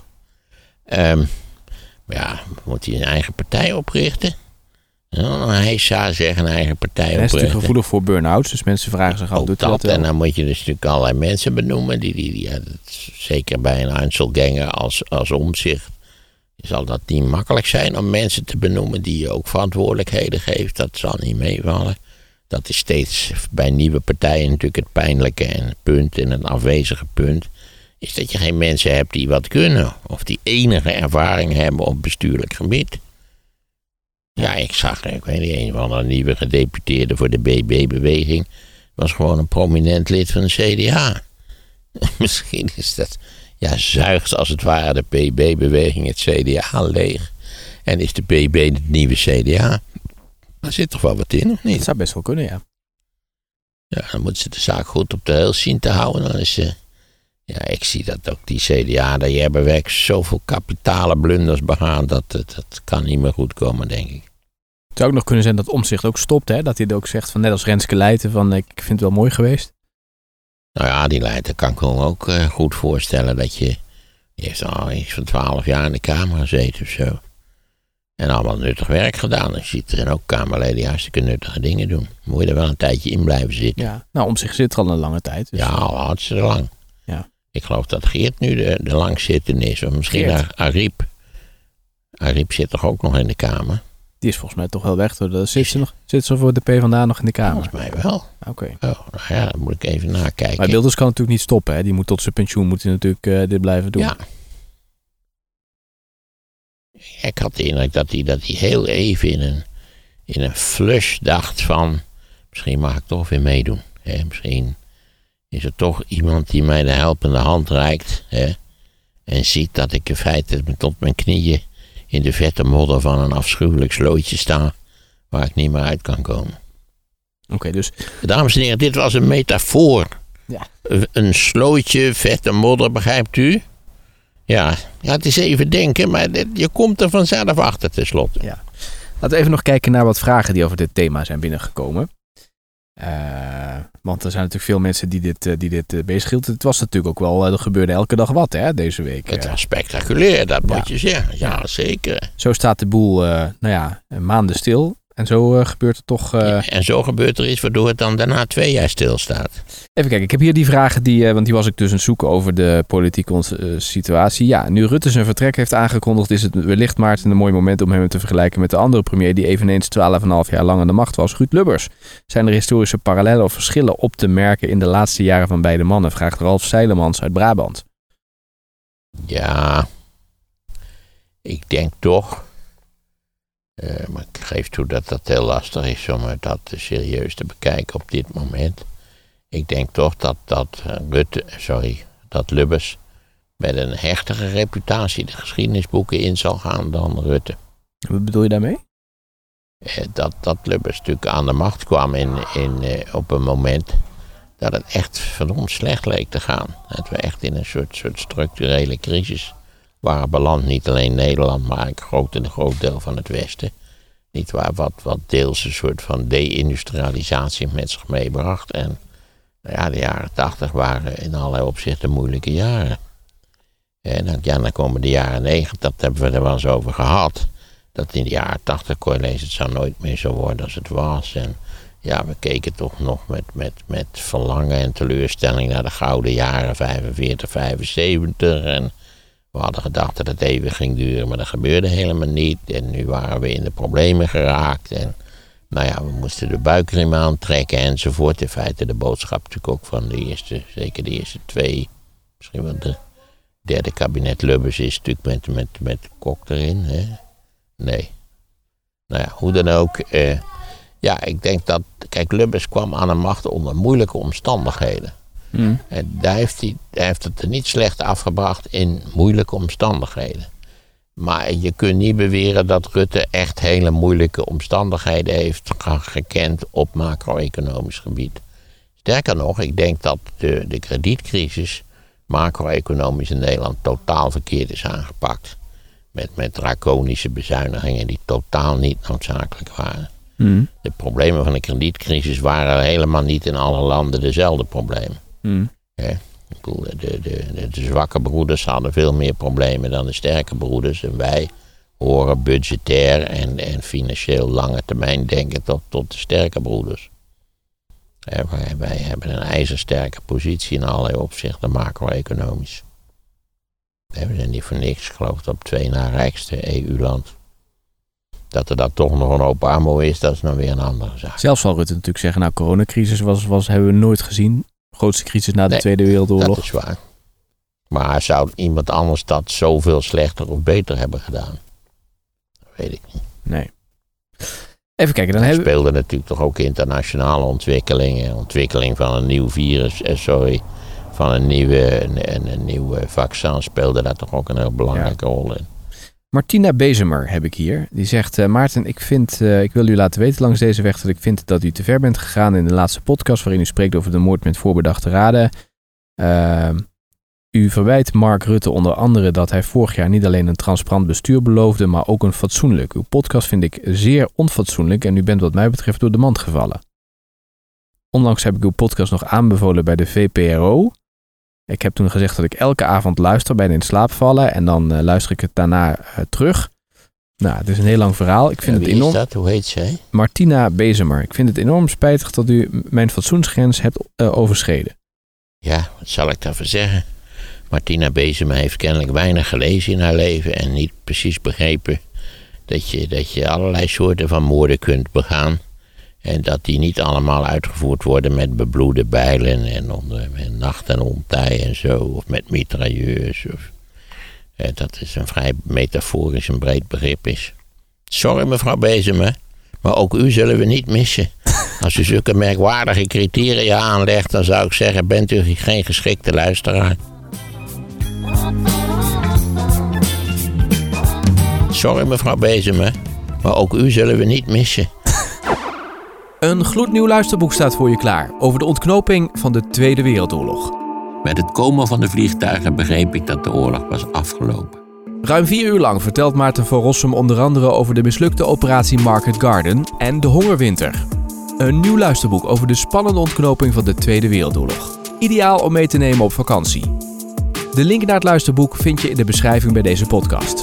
Um, maar ja, moet hij een eigen partij oprichten? Ja, hij zou zeggen een eigen partij oprichten. Hij is natuurlijk gevoelig voor burn-outs, dus mensen vragen zich af, doet hij dat wel? En dan moet je dus natuurlijk allerlei mensen benoemen. Die, die, die, ja, dat is, zeker bij een Einzelganger als, als Omtzigt zal dat niet makkelijk zijn om mensen te benoemen die je ook verantwoordelijkheden geeft. Dat zal niet meevallen. Dat is steeds bij nieuwe partijen natuurlijk het pijnlijke en het punt en het afwezige punt. Is dat je geen mensen hebt die wat kunnen. Of die enige ervaring hebben op bestuurlijk gebied. Ja, ik zag, ik weet niet, een van de nieuwe gedeputeerden voor de B B-beweging was gewoon een prominent lid van de C D A. Misschien is dat, ja, zuigt als het ware de B B-beweging het C D A leeg. En is de B B het nieuwe C D A. Daar zit toch wel wat in, of niet? Dat zou best wel kunnen, ja. Ja, dan moeten ze de zaak goed op de rails zien te houden. Dan is ze... Ja, ik zie dat ook die C D A, die hebben werk zoveel kapitale blunders begaan, dat, dat, dat kan niet meer goed komen, denk ik. Het zou ook nog kunnen zijn dat Omtzigt ook stopt, hè? Dat hij ook zegt, van net als Renske Leijten, van ik vind het wel mooi geweest. Nou ja, die Leijten kan ik me ook uh, goed voorstellen dat je, die heeft al iets van twaalf jaar in de Kamer gezeten of zo. En allemaal nuttig werk gedaan. Je ziet er ook Kamerleden die hartstikke nuttige dingen doen. Moet je er wel een tijdje in blijven zitten. Ja, nou om zich zit er al een lange tijd. Dus... Ja, al hartstikke lang. Ja. Ik geloof dat Geert nu de, de langzittende is. Of misschien Ar- Ariep. Ariep zit toch ook nog in de Kamer? Die is volgens mij toch wel weg. Hoor. Zit ze, nog, zit ze voor de PvdA nog in de Kamer? Volgens mij wel. Oké. Okay. Oh, nou ja, dan moet ik even nakijken. Maar Wilders kan natuurlijk niet stoppen. Hè? Die moet tot zijn pensioen moet hij natuurlijk uh, dit blijven doen. Ja. Ik had de indruk dat hij, dat hij heel even in een, in een flush dacht van... Misschien mag ik toch weer meedoen. Hè? Misschien is er toch iemand die mij de helpende hand reikt. Hè? En ziet dat ik in feite tot mijn knieën in de vette modder van een afschuwelijk slootje sta... waar ik niet meer uit kan komen. Oké, okay, dus... Dames en heren, dit was een metafoor. Ja. Een slootje, vette modder, begrijpt u? Ja, ja, het is even denken, maar dit, je komt er vanzelf achter tenslotte. Ja. Laten we even nog kijken naar wat vragen die over dit thema zijn binnengekomen. Uh, want er zijn natuurlijk veel mensen die dit, uh, die dit uh, bezighield. Het was natuurlijk ook wel, uh, er gebeurde elke dag wat hè, deze week. Het was spectaculair, dat ja. moet je zeggen. Ja, ja, zeker. Zo staat de boel, uh, nou ja, maanden stil. En zo uh, gebeurt er toch... Uh... Ja, en zo gebeurt er iets waardoor het dan daarna twee jaar stilstaat. Even kijken, ik heb hier die vragen, die, uh, want die was ik dus aan het zoeken over de politieke uh, situatie. Ja, nu Rutte zijn vertrek heeft aangekondigd, is het wellicht Maarten een mooi moment om hem te vergelijken met de andere premier die eveneens twaalf komma vijf jaar lang aan de macht was, Ruud Lubbers. Zijn er historische parallellen of verschillen op te merken in de laatste jaren van beide mannen, vraagt Ralf Zeilemans uit Brabant. Ja, ik denk toch... Uh, maar ik geef toe dat dat heel lastig is om dat serieus te bekijken op dit moment. Ik denk toch dat, dat Rutte, sorry, dat Lubbers met een hechtere reputatie de geschiedenisboeken in zal gaan dan Rutte. Wat bedoel je daarmee? Uh, dat, dat Lubbers natuurlijk aan de macht kwam in, in, uh, op een moment dat het echt verdomd slecht leek te gaan. Dat we echt in een soort, soort structurele crisis waren beland, niet alleen Nederland, maar een groot, een groot deel van het Westen. Niet waar, wat, wat deels een soort van de-industrialisatie met zich meebracht. En nou ja, de jaren tachtig waren in allerlei opzichten moeilijke jaren. En dan, ja, dan komen de jaren negentig, dat hebben we er wel eens over gehad. Dat in de jaren tachtig kon je lezen, het zou nooit meer zo worden als het was. En ja, we keken toch nog met, met, met verlangen en teleurstelling naar de gouden jaren vijfenveertig, vijfenzeventig. En we hadden gedacht dat het even ging duren, maar dat gebeurde helemaal niet. En nu waren we in de problemen geraakt. En nou ja, we moesten de buikriem aantrekken enzovoort. In feite de boodschap natuurlijk ook van de eerste, zeker de eerste twee, misschien wel de derde kabinet Lubbers is natuurlijk met, met, met Kok erin. Hè? Nee. Nou ja, hoe dan ook. Eh, ja, ik denk dat, kijk, Lubbers kwam aan de macht onder moeilijke omstandigheden. Mm. En daar heeft, hij, daar heeft het er niet slecht afgebracht in moeilijke omstandigheden. Maar je kunt niet beweren dat Rutte echt hele moeilijke omstandigheden heeft gekend op macro-economisch gebied. Sterker nog, ik denk dat de, de kredietcrisis macro-economisch in Nederland totaal verkeerd is aangepakt. Met, met draconische bezuinigingen die totaal niet noodzakelijk waren. Mm. De problemen van de kredietcrisis waren helemaal niet in alle landen dezelfde problemen. Mm. Ja, ik bedoel, de, de, de, de zwakke broeders hadden veel meer problemen dan de sterke broeders. En wij horen budgetair en, en financieel lange termijn denken tot, tot de sterke broeders. Ja, wij, wij hebben een ijzersterke positie in allerlei opzichten macro-economisch. We zijn niet voor niks, geloof ik, op twee na rijkste E U-land. Dat er dat toch nog een hoop armoede is, dat is dan weer een andere zaak. Zelfs zal Rutte natuurlijk zeggen, nou, coronacrisis was, was, hebben we nooit gezien. Grootste crisis na de nee, Tweede Wereldoorlog. Dat is waar. Maar zou iemand anders dat zoveel slechter of beter hebben gedaan? Dat weet ik niet. Nee. Even kijken. Dan er hebben... speelden natuurlijk toch ook internationale ontwikkelingen. Ontwikkeling van een nieuw virus, eh, sorry, van een nieuwe, een, een nieuwe vaccin speelde daar toch ook een heel belangrijke ja. rol in. Martina Bezemer heb ik hier. Die zegt, uh, Maarten, ik, vind, uh, ik wil u laten weten langs deze weg dat ik vind dat u te ver bent gegaan in de laatste podcast waarin u spreekt over de moord met voorbedachte raden. Uh, u verwijt Mark Rutte onder andere dat hij vorig jaar niet alleen een transparant bestuur beloofde, maar ook een fatsoenlijk. Uw podcast vind ik zeer onfatsoenlijk en u bent wat mij betreft door de mand gevallen. Onlangs heb ik uw podcast nog aanbevolen bij de V P R O. Ik heb toen gezegd dat ik elke avond luister bij het in slaap vallen en dan uh, luister ik het daarna uh, terug. Nou, het is een heel lang verhaal. Ik vind ja, wie het enorm... is dat? Hoe heet zij? Martina Bezemer. Ik vind het enorm spijtig dat u mijn fatsoensgrens hebt uh, overschreden. Ja, wat zal ik daarvoor zeggen? Martina Bezemer heeft kennelijk weinig gelezen in haar leven en niet precies begrepen dat je, dat je allerlei soorten van moorden kunt begaan. En dat die niet allemaal uitgevoerd worden met bebloede bijlen en onder met nacht en ontij en zo. Of met mitrailleurs. Of, eh, dat is een vrij metaforisch en breed begrip is. Sorry mevrouw Bezemer, maar ook u zullen we niet missen. Als u zulke merkwaardige criteria aanlegt, dan zou ik zeggen, bent u geen geschikte luisteraar. Sorry mevrouw Bezemer, maar ook u zullen we niet missen. Een gloednieuw luisterboek staat voor je klaar over de ontknoping van de Tweede Wereldoorlog. Met het komen van de vliegtuigen begreep ik dat de oorlog was afgelopen. Ruim vier uur lang vertelt Maarten van Rossum onder andere over de mislukte operatie Market Garden en de hongerwinter. Een nieuw luisterboek over de spannende ontknoping van de Tweede Wereldoorlog. Ideaal om mee te nemen op vakantie. De link naar het luisterboek vind je in de beschrijving bij deze podcast.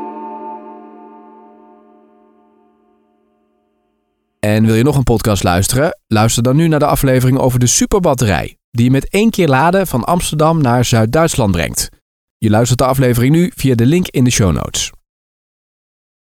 En wil je nog een podcast luisteren? Luister dan nu naar de aflevering over de superbatterij, die je met één keer laden van Amsterdam naar Zuid-Duitsland brengt. Je luistert de aflevering nu via de link in de show notes.